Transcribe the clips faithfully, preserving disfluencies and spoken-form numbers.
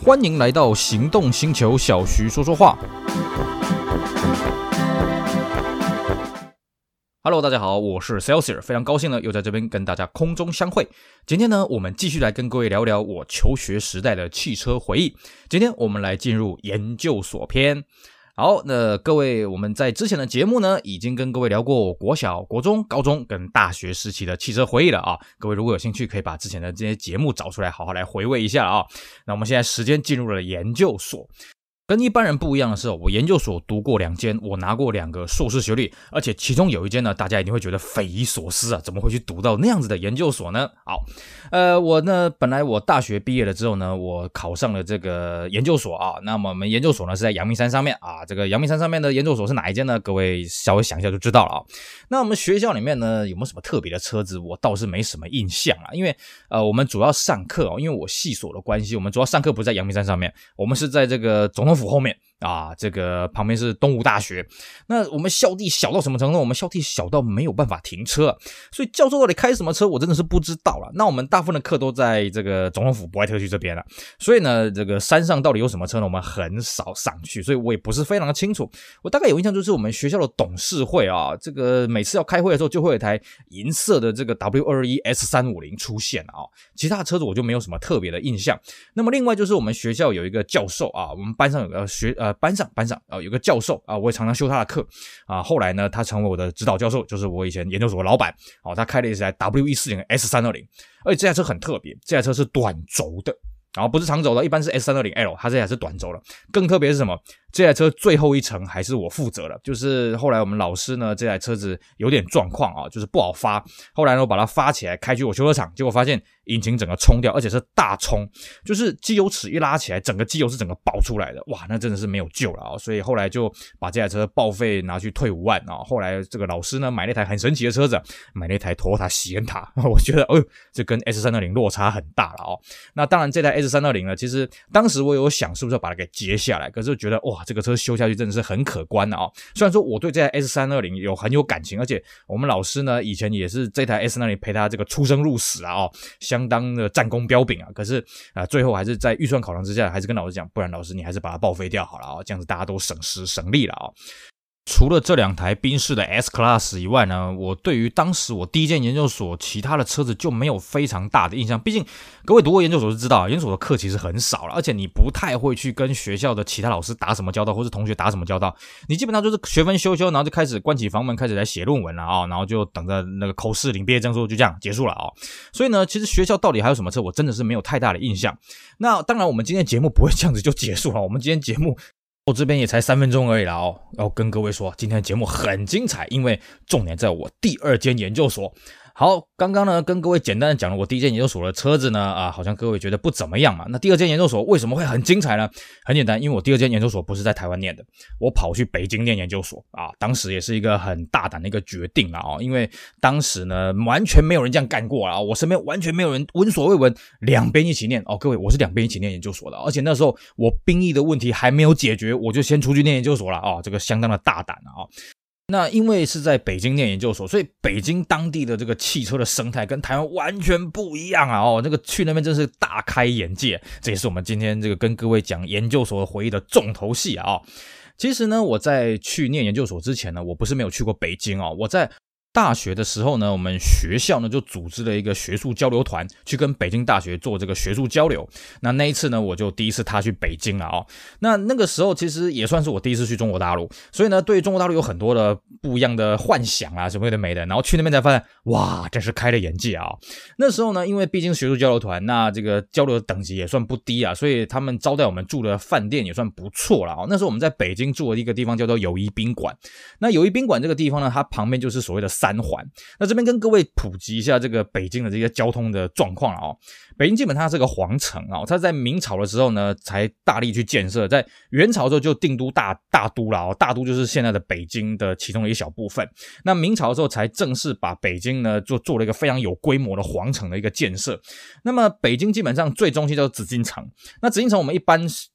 欢迎来到行动星球，小徐说说话。Hello， 大家好，我是 Celsius， 非常高兴呢，又在这边跟大家空中相会。今天呢，我们继续来跟各位聊聊我求学时代的汽车回忆。今天我们来进入研究所篇。好，那各位，我们在之前的节目呢，已经跟各位聊过我国小、国中、高中跟大学时期的汽车回忆了啊。各位如果有兴趣，可以把之前的这些节目找出来，好好来回味一下啊。那我们现在时间进入了研究所。跟一般人不一样的是，我研究所读过两间，我拿过两个硕士学历，而且其中有一间呢，大家一定会觉得匪夷所思啊，怎么会去读到那样子的研究所呢？好，呃，我呢，本来我大学毕业了之后呢，我考上了这个研究所啊，那么我们研究所呢是在阳明山上面啊，这个阳明山上面的研究所是哪一间呢？各位稍微想一下就知道了啊。那我们学校里面呢，有没有什么特别的车子？我倒是没什么印象啊，因为呃，我们主要上课哦，因为我系所的关系，我们主要上课不是在阳明山上面，我们是在这个总统府后面。啊，这个旁边是东吴大学。那我们校地小到什么程度？我们校地小到没有办法停车、啊，所以教授到底开什么车，我真的是不知道了。那我们大部分的课都在这个总统府博爱特区这边了，所以呢，这个山上到底有什么车呢？我们很少上去，所以我也不是非常的清楚。我大概有印象就是我们学校的董事会啊，这个每次要开会的时候，就会有一台银色的这个 W 二十一 S 三五零 出现啊，其他的车子我就没有什么特别的印象。那么另外就是我们学校有一个教授啊，我们班上有个学呃。班上班上啊、呃、有个教授啊，我也常常修他的课啊。后来呢，他成为我的指导教授，就是我以前研究所的老板。哦，他开了一台 W 一四零 S 三二零， 而且这台车很特别，这台车是短轴的，然后不是长轴的，一般是 S 三二零 L， 它这台是短轴了。更特别是什么？这台车最后一程还是我负责了，就是后来我们老师呢，这台车子有点状况啊，就是不好发。后来呢，我把它发起来，开去我修车厂，结果发现引擎整个冲掉，而且是大冲，就是机油尺一拉起来，整个机油是整个爆出来的，哇，那真的是没有救了啊！所以后来就把这台车报废，拿去退五万啊。后来这个老师呢，买了一台很神奇的车子，买了一台 Toyota 喜恩塔，我觉得，哦、呃，这跟 S 三二零 落差很大了哦。那当然，这台 S 三二零 呢，其实当时我有想是不是要把它给截下来，可是觉得哇，这个车修下去真的是很可观的啊、哦。虽然说我对这台 S 三二零 有很有感情，而且我们老师呢以前也是这台 S 三二零 陪他这个出生入死啊，哦，相当的战功彪炳啊。可是啊、呃，最后还是在预算考量之下，还是跟老师讲，不然老师你还是把它报废掉好了啊、哦，这样子大家都省时省力了啊、哦。除了这两台宾士的 S Class 以外呢，我对于当时我第一间研究所其他的车子就没有非常大的印象。毕竟各位读过研究所就知道，研究所的课其实很少了，而且你不太会去跟学校的其他老师打什么交道，或是同学打什么交道。你基本上就是学分修修，然后就开始关起房门，开始来写论文了啊、哦，然后就等着那个口试领毕业证书，就这样结束了啊、哦。所以呢，其实学校到底还有什么车，我真的是没有太大的印象。那当然，我们今天节目不会这样子就结束了，我们今天节目。我这边也才三分钟而已啦哦，要跟各位说，今天的节目很精彩，因为重点在我第二间研究所。好，刚刚呢跟各位简单的讲了我第一间研究所的车子呢啊，好像各位觉得不怎么样嘛。那第二间研究所为什么会很精彩呢？很简单，因为我第二间研究所不是在台湾念的，我跑去北京念研究所啊。当时也是一个很大胆的一个决定啊，因为当时呢完全没有人这样干过啊，我身边完全没有人闻所未闻，两边一起念哦。各位，我是两边一起念研究所的，而且那时候我兵役的问题还没有解决，我就先出去念研究所了啊，这个相当的大胆啊。那因为是在北京念研究所，所以北京当地的这个汽车的生态跟台湾完全不一样啊！哦，那个去那边真是大开眼界，这也是我们今天这个跟各位讲研究所的回忆的重头戏啊！哦，其实呢，我在去念研究所之前呢，我不是没有去过北京哦，我在大学的时候呢，我们学校呢就组织了一个学术交流团，去跟北京大学做这个学术交流。那那一次呢，我就第一次踏去北京了哦。那那个时候其实也算是我第一次去中国大陆，所以呢，对于中国大陆有很多的不一样的幻想啊，什么有的没的。然后去那边才发现，哇，真是开了眼界啊！那时候呢，因为毕竟学术交流团，那这个交流的等级也算不低啊，所以他们招待我们住的饭店也算不错了哦。那时候我们在北京住的一个地方叫做友谊宾馆。那友谊宾馆这个地方呢，它旁边就是所谓的三环。那这边跟各位普及一下这个北京的这些交通的状况哦。北京基本上是个皇城哦，它在明朝的时候呢才大力去建设，在元朝的时候就定都大大都了哦，大都就是现在的北京的其中的一小部分。那明朝的时候才正式把北京呢做做了一个非常有规模的皇城的一个建设。那么北京基本上最中心叫紫禁城，那紫禁城我们一般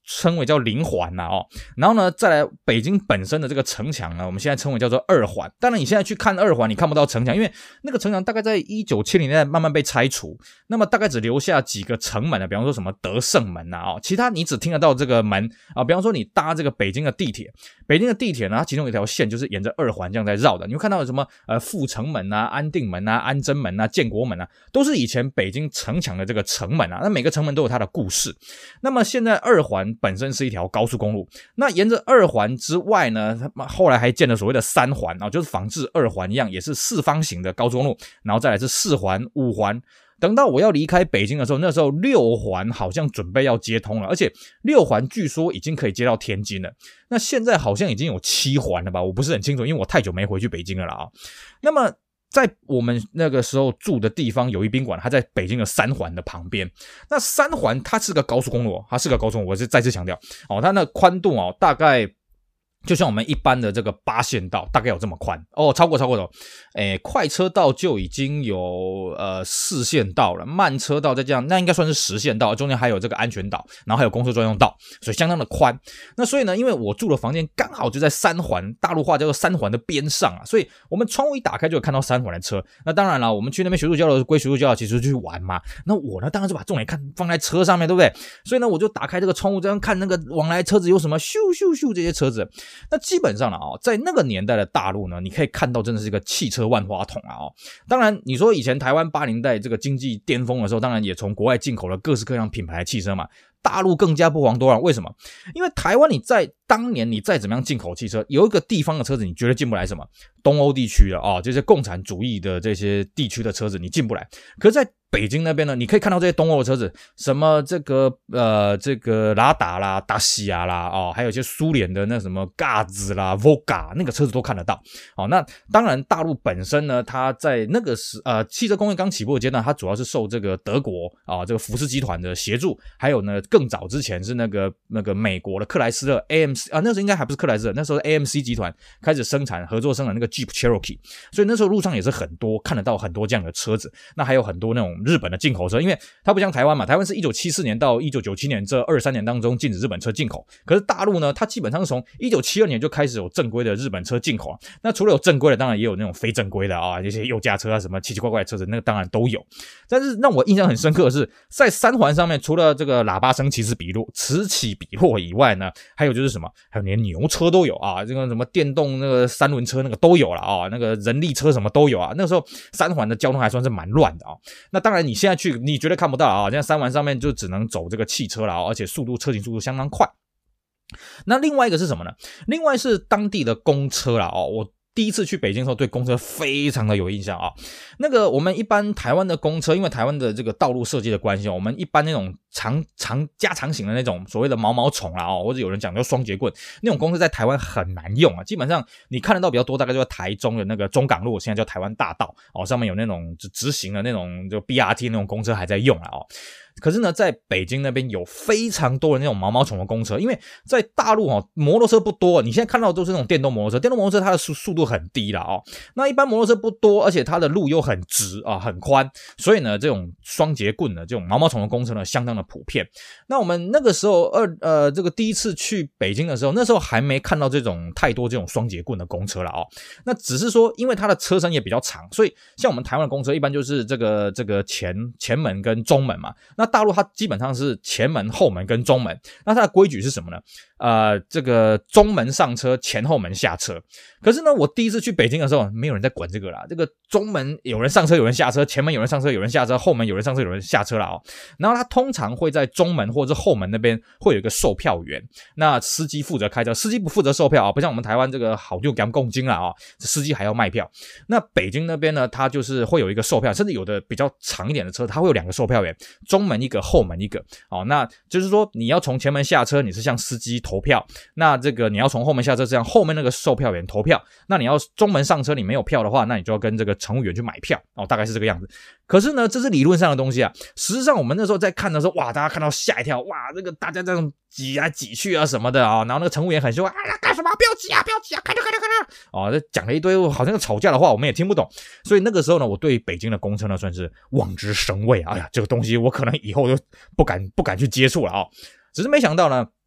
称为叫零环呐、啊、哦，然后呢再来北京本身的这个城墙呢，我们现在称为叫做二环。当然你现在去看二环，你看不到城墙，因为那个城墙大概在一九七零年代慢慢被拆除，那么大概只留下几个城门啊，比方说什么德胜门啊，哦，其他你只听得到这个门啊，比方说你搭这个北京的地铁，北京的地铁呢，它其中有一条线就是沿着二环这样在绕的，你会看到有什么呃阜成门啊、安定门啊、安贞门啊、建国门啊，都是以前北京城墙的这个城门啊，那每个城门都有它的故事。那么现在二环本身是一条高速公路，那沿着二环之外呢，后来还建了所谓的三环啊，就是仿制二环一样，也是四方形的高速公路，然后再来是四环、五环。等到我要离开北京的时候，那时候六环好像准备要接通了，而且六环据说已经可以接到天津了。那现在好像已经有七环了吧？我不是很清楚，因为我太久没回去北京了啦啊。那么在我们那个时候住的地方友谊宾馆，它在北京的三环的旁边。那三环它是个高速公路，它是个高速公路，我是再次强调哦，它那宽度哦大概就像我们一般的这个八线道大概有这么宽哦，超过超过的，诶，快车道就已经有呃四线道了，慢车道再这样，那应该算是十线道，中间还有这个安全岛，然后还有公车专用道，所以相当的宽。那所以呢，因为我住的房间刚好就在三环，大陆话叫做三环的边上啊，所以我们窗户一打开就有看到三环的车。那当然了，我们去那边学术交流归学术交流，其实就去玩嘛。那我呢，当然是把重点看放在车上面，对不对？所以呢，我就打开这个窗户这样看那个往来车子有什么咻咻咻这些车子。那基本上了啊，在那个年代的大陆呢，你可以看到真的是一个汽车万花筒啊哦。当然，你说以前台湾八零代这个经济巅峰的时候，当然也从国外进口了各式各样品牌的汽车嘛。大陆更加不遑多让，为什么？因为台湾你在当年你再怎么样进口汽车，有一个地方的车子你绝对进不来什么东欧地区的啊、哦，这些共产主义的这些地区的车子你进不来。可是在北京那边呢，你可以看到这些东欧的车子，什么这个呃这个拉达啦、达西亚啦，哦，还有一些苏联的那什么 G A Z 啦、Volga 那个车子都看得到。哦，那当然大陆本身呢，它在那个时呃汽车工业刚起步的阶段，它主要是受这个德国啊、哦、这个福斯集团的协助，还有呢更早之前是那个那个美国的克莱斯勒 A M C 啊，那时候应该还不是克莱斯勒，那时候 A M C 集团开始生产合作生产那个 Jeep Cherokee， 所以那时候路上也是很多看得到很多这样的车子。那还有很多那种日本的进口车，因为它不像台湾嘛，台湾是一九七四年到一九九七年这二十三年当中禁止日本车进口，可是大陆呢，它基本上是从一九七二年就开始有正规的日本车进口了。那除了有正规的，当然也有那种非正规的啊，这些右驾车啊，什么奇奇怪怪的车子，那个当然都有。但是让我印象很深刻的是，在三环上面，除了这个喇叭声此起彼落、此起彼落以外呢，还有就是什么，还有连牛车都有啊，这个什么电动那个三轮车那个都有了啊，那个人力车什么都有啊。那个时候三环的交通还算是蛮乱的啊。那当然你现在去，你绝对看不到啊，现在三环上面就只能走这个汽车了啊，而且速度车行速度相当快。那另外一个是什么呢？另外是当地的公车啦哦，我第一次去北京的时候，对公车非常的有印象啊。那个我们一般台湾的公车，因为台湾的这个道路设计的关系，我们一般那种长长加长型的那种所谓的毛毛虫啦哦，或者有人讲叫双节棍那种公车，在台湾很难用啊。基本上你看得到比较多，大概就是台中的那个中港路，现在叫台湾大道哦，上面有那种直行的那种就 B R T 那种公车还在用啦哦。可是呢，在北京那边有非常多的那种毛毛虫的公车，因为在大陆哦，摩托车不多，你现在看到的都是那种电动摩托车，电动摩托车它的速速度很低啦哦。那一般摩托车不多，而且它的路又很直啊，很宽，所以呢，这种双节棍的这种毛毛虫的公车呢，相当的普遍。那我们那个时候二呃这个第一次去北京的时候，那时候还没看到这种太多这种双节棍的公车啦哦。那只是说，因为它的车身也比较长，所以像我们台湾的公车一般就是这个这个前前门跟中门嘛。那大陆它基本上是前门、后门跟中门，那它的规矩是什么呢？呃，这个中门上车，前后门下车。可是呢，我第一次去北京的时候，没有人在管这个啦。这个中门有人上车，有人下车；前门有人上车，有人下车；后门有人上车，有人下车啦哦。然后他通常会在中门或者是后门那边会有一个售票员，那司机负责开车，司机不负责售票啊，不像我们台湾这个好就给他们共金啦啊，司机还要卖票。那北京那边呢，它就是会有一个售票，甚至有的比较长一点的车，它会有两个售票员，中门一个，后门一个。哦，那就是说你要从前门下车，你是向司机投票；那这个你要从后门下车，是向后面那个售票员投票。那你要中门上车，你没有票的话，那你就要跟这个乘务员去买票。哦，大概是这个样子。可是呢，这是理论上的东西啊。实际上，我们那时候在看的时候，哇，大家看到吓一跳，哇，这个大家这样挤来挤去啊什么的啊、哦，然后那个乘务员很凶啊，干什么？不要挤啊，不要挤啊，开车开车开车！哦，这讲了一堆好像吵架的话，我们也听不懂。所以那个时候呢，我对北京的公车呢算是望之生畏。哎呀，这个东西我可能以后就不敢不敢去接触了啊、哦。只是没想到呢。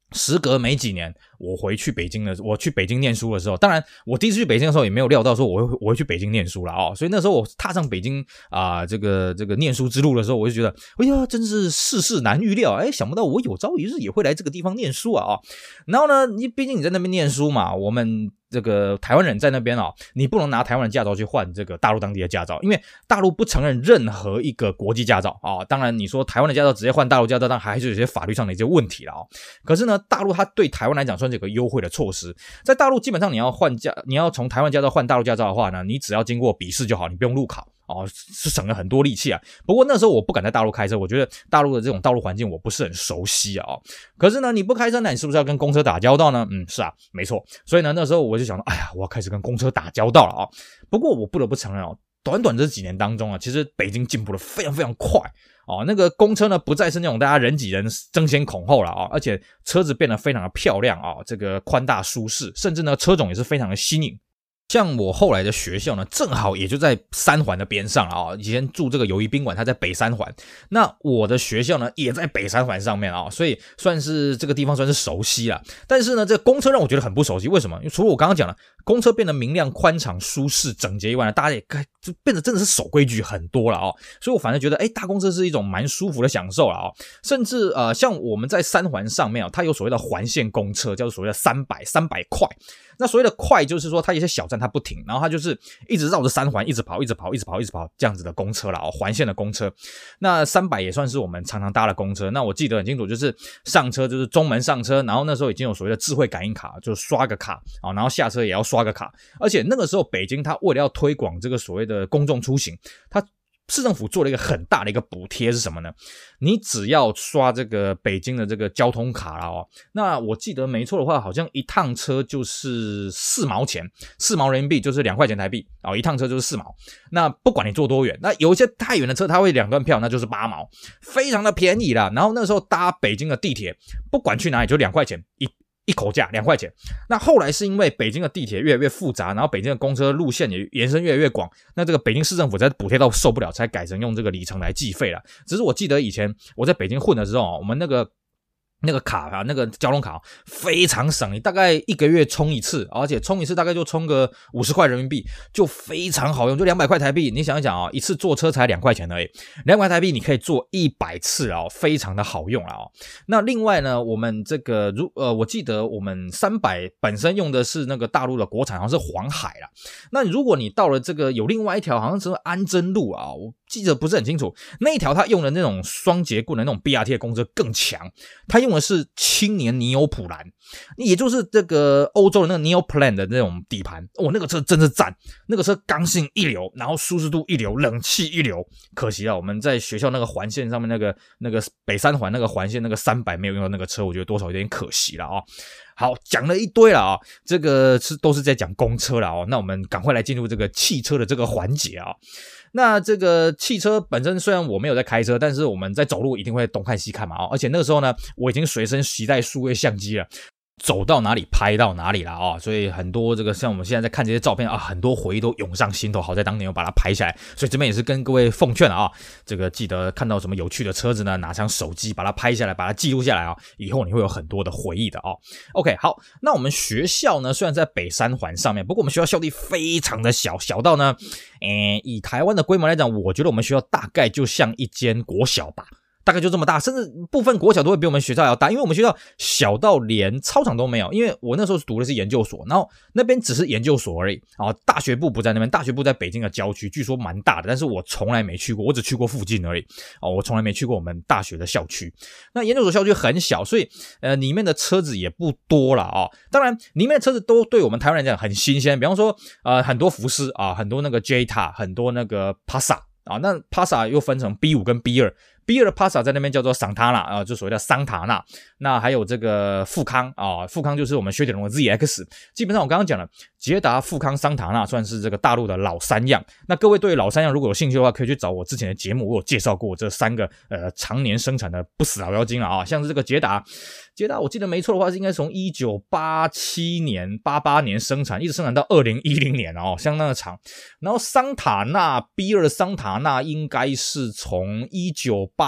时隔没几年，我回去北京的，我去北京念书的时候，当然我第一次去北京的时候也没有料到说我会我会去北京念书了哦，所以那时候我踏上北京啊、呃、这个这个念书之路的时候，我就觉得，哎呀，真是世事难预料，哎，想不到我有朝一日也会来这个地方念书啊哦，然后呢，你毕竟你在那边念书嘛，我们这个台湾人在那边哦，你不能拿台湾的驾照去换这个大陆当地的驾照，因为大陆不承认任何一个国际驾照啊、哦。当然，你说台湾的驾照直接换大陆驾照，当然还是有些法律上的一些问题了哦。可是呢，大陆它对台湾来讲算是有个优惠的措施，在大陆基本上你要换驾，你要从台湾驾照换大陆驾照的话呢，你只要经过笔试就好，你不用路考。哦，是省了很多力气啊。不过那时候我不敢在大陆开车，我觉得大陆的这种道路环境我不是很熟悉啊、哦。可是呢，你不开车，那你是不是要跟公车打交道呢？嗯，是啊，没错。所以呢，那时候我就想到，哎呀，我要开始跟公车打交道了啊、哦。不过我不得不承认哦，短短这几年当中啊，其实北京进步的非常非常快哦。那个公车呢，不再是那种大家人挤人争先恐后了啊、哦，而且车子变得非常的漂亮啊、哦，这个宽大舒适，甚至呢车种也是非常的新颖。像我后来的学校呢，正好也就在三环的边上啊。以前住这个友谊宾馆，它在北三环。那我的学校呢，也在北三环上面啊，所以算是这个地方算是熟悉了。但是呢，这个公车让我觉得很不熟悉。为什么？因为除了我刚刚讲的公车变得明亮、宽敞、舒适、整洁以外呢，大家也就变得真的是守规矩很多了哦。所以我反而觉得，哎，搭公车是一种蛮舒服的享受了哦。甚至呃，像我们在三环上面啊，它有所谓的环线公车，叫做所谓的三百三百块。那所谓的快就是说它有些小站它不停，然后它就是一直绕着三环一直跑一直跑一直跑一直跑这样子的公车啦哦，环线的公车。那三百也算是我们常常搭的公车。那我记得很清楚，就是上车就是中门上车，然后那时候已经有所谓的智慧感应卡，就刷个卡啊，然后下车也要刷个卡。而且那个时候北京它为了要推广这个所谓的公众出行，它市政府做了一个很大的一个补贴是什么呢？你只要刷这个北京的这个交通卡啦哦，那我记得没错的话，好像一趟车就是四毛钱，四毛人民币就是两块钱台币哦，一趟车就是四毛。那不管你坐多远，那有一些太远的车它会两段票，那就是八毛，非常的便宜啦。然后那时候搭北京的地铁，不管去哪里就两块钱一。一口价两块钱。那后来是因为北京的地铁越来越复杂，然后北京的公车路线也延伸越来越广，那这个北京市政府才补贴到受不了，才改成用这个里程来计费了。只是我记得以前我在北京混的时候，我们那个那个卡啊，那个交通卡非常省，你大概一个月充一次，而且充一次大概就充个五十块人民币，就非常好用，就两百块台币。你想一想啊、哦，一次坐车才两块钱而已，两百块台币你可以坐一百次啊、哦，非常的好用了哦。那另外呢，我们这个如呃，我记得我们三百本身用的是那个大陆的国产，好像是黄海啦。那如果你到了这个有另外一条，好像是安贞路啊，我记得不是很清楚，那一条它用的那种双节棍的那种 B R T 的公车更强，它用的是青年尼欧普兰，也就是这个欧洲的那个 Neoplan 的那种底盘。哦，那个车真是赞，那个车刚性一流，然后舒适度一流，冷气一流。可惜啊，我们在学校那个环线上面那个那个北三环那个环线那个三百没有用到那个车，我觉得多少有点可惜了啊、哦。好，讲了一堆了啊、哦，这个是都是在讲公车了哦。那我们赶快来进入这个汽车的这个环节啊、哦。那这个汽车本身虽然我没有在开车，但是我们在走路一定会东看西看嘛哦，而且那个时候呢，我已经随身携带数位相机了。走到哪里拍到哪里啦啊、哦！所以很多这个像我们现在在看这些照片啊，很多回忆都涌上心头。好在当年我把它拍下来，所以这边也是跟各位奉劝啊，这个记得看到什么有趣的车子呢，拿上手机把它拍下来，把它记录下来啊，以后你会有很多的回忆的啊。OK， 好，那我们学校呢虽然在北三环上面，不过我们学校校地非常的小，小到呢，诶，以台湾的规模来讲，我觉得我们学校大概就像一间国小吧。大概就这么大，甚至部分国小都会比我们学校要大，因为我们学校小到连操场都没有。因为我那时候读的是研究所，然后那边只是研究所而已啊，大学部不在那边，大学部在北京的郊区，据说蛮大的，但是我从来没去过，我只去过附近而已哦，我从来没去过我们大学的校区。那研究所校区很小，所以呃里面的车子也不多了啊、哦。当然里面的车子都对我们台湾人讲很新鲜，比方说呃很多福斯啊，很多那个 Jetta， 很多那个 Passa 啊，那 Passa 又分成 B 五 跟 B 二。B 二 的 Passa 在那边叫做桑塔纳啊，就所谓的桑塔纳。那还有这个富康啊，富康就是我们雪铁龙的 Z X。基本上我刚刚讲了，捷达、富康、桑塔纳算是这个大陆的老三样。那各位对老三样如果有兴趣的话，可以去找我之前的节目，我有介绍过这三个呃常年生产的不死老妖精了啊。像是这个捷达，捷达我记得没错的话是应该从一九八七年、八八年生产，一直生产到二零一零年哦，相当的长。然后桑塔纳 B 二 的桑塔纳应该是从一九八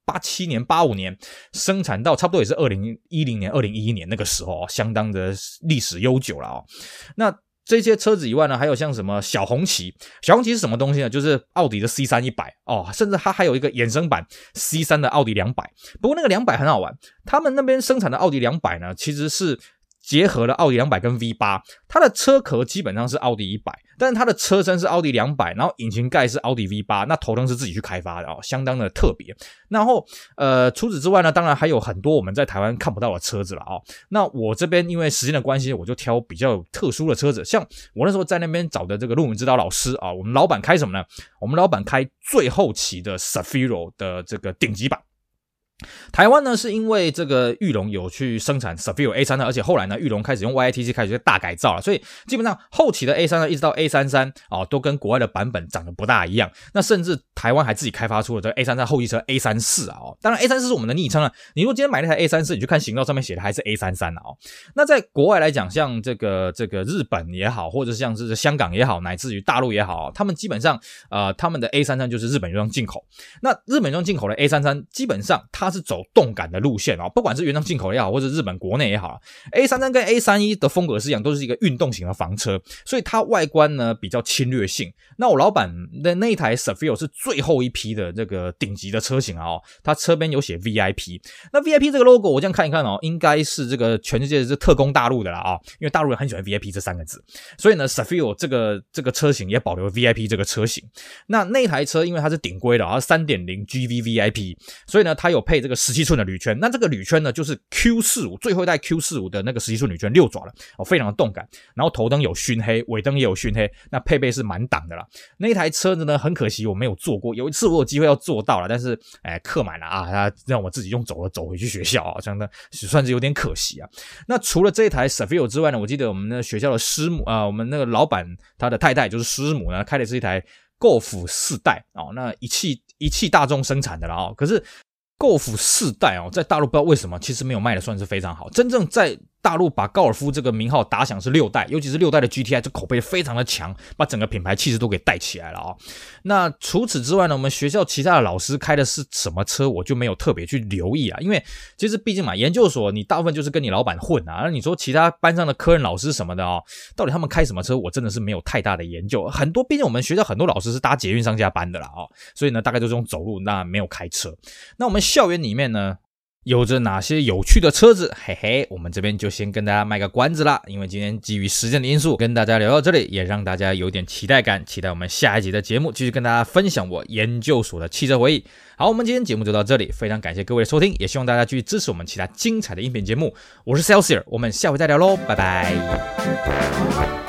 八七年、八五年生产到差不多也是二零一零年、二零一一年那个时候、哦、相当的历史悠久了哦。那这些车子以外呢，还有像什么小红旗，小红旗是什么东西呢？就是奥迪的 C 三 一百 哦，甚至它还有一个衍生版 C 三 的奥迪两百。不过那个两百很好玩，他们那边生产的奥迪两百呢，其实是结合了奥迪两百跟 V 八， 它的车壳基本上是奥迪一百，但是它的车身是奥迪两百，然后引擎盖是奥迪 V 八， 那头灯是自己去开发的哦，相当的特别。然后呃，除此之外呢，当然还有很多我们在台湾看不到的车子了哦。那我这边因为时间的关系，我就挑比较特殊的车子，像我那时候在那边找的这个路名指导老师啊，我们老板开什么呢？我们老板开最后期的 Safiro 的这个顶级版。台湾呢是因为这个裕隆有去生产 Safiro A 三二，而且后来呢裕隆开始用 Y I T C 开始大改造了，所以基本上后期的 A 三二一直到 A 三三、哦、都跟国外的版本长得不大一样。那甚至台湾还自己开发出了这个 A 三三 后继车 A 三四 啊、哦，当然 A 三四 是我们的昵称啊。你如果今天买那台 A 三四，你去看行照上面写的还是 A 三三 啊、哦。那在国外来讲，像这个这个日本也好，或者像是香港也好，乃至于大陆也好，他们基本上呃他们的 A 三三 就是日本原装进口。那日本原装进口的 A 三三 基本上它是走动感的路线、哦、不管是原装进口也好，或者日本国内也好 ，A 三三 跟 A 三一 的风格是一样，都是一个运动型的房车，所以它外观呢比较侵略性。那我老板的那一台 Safiro 是最后一批的这个顶级的车型啊、哦，它车边有写 V I P， 那 V I P 这个 logo 我这样看一看哦，应该是这个全世界是特供大陆的啦啊、哦，因为大陆人很喜欢 V I P 这三个字，所以呢 Safiro 这个这个车型也保留 V I P 这个车型。那那台车因为它是顶规的啊 ，三点零 G V V I P， 所以呢它有配这个十七寸的铝圈，那这个铝圈呢就是 Q 四十五 最后一代 Q 四十五 的那个十七寸铝圈六爪了哦，非常的动感。然后头灯有熏黑，尾灯也有熏黑，那配备是满档的啦。那一台车子呢很可惜我没有坐过，有一次我有机会要坐到了，但是哎客满了啊，他让我自己用走了走回去学校啊，这样的算是有点可惜啊。那除了这一台 Safiro 之外呢，我记得我们的学校的师母啊、呃，我们那个老板他的太太就是师母呢，开的是一台 Golf 四代哦，那一汽一汽大众生产的啦哦，可是Golf 四代哦，在大陆不知道为什么其实没有卖的算是非常好，真正在大陆把高尔夫这个名号打响是六代，尤其是六代的 G T I， 这口碑非常的强，把整个品牌气势都给带起来了哦。那除此之外呢，我们学校其他的老师开的是什么车，我就没有特别去留意啊，因为其实毕竟嘛，研究所你大部分就是跟你老板混啊，那你说其他班上的科任老师什么的哦，到底他们开什么车，我真的是没有太大的研究。很多，毕竟我们学校很多老师是搭捷运上下班的啦哦，所以呢，大概都是用走路，那没有开车。那我们校园里面呢，有着哪些有趣的车子？嘿嘿，我们这边就先跟大家卖个关子啦，因为今天基于时间的因素，跟大家聊到这里，也让大家有点期待感，期待我们下一集的节目继续跟大家分享我研究所的汽车回忆。好，我们今天节目就到这里，非常感谢各位的收听，也希望大家继续支持我们其他精彩的音频节目。我是 Celsius， 我们下回再聊咯，拜拜。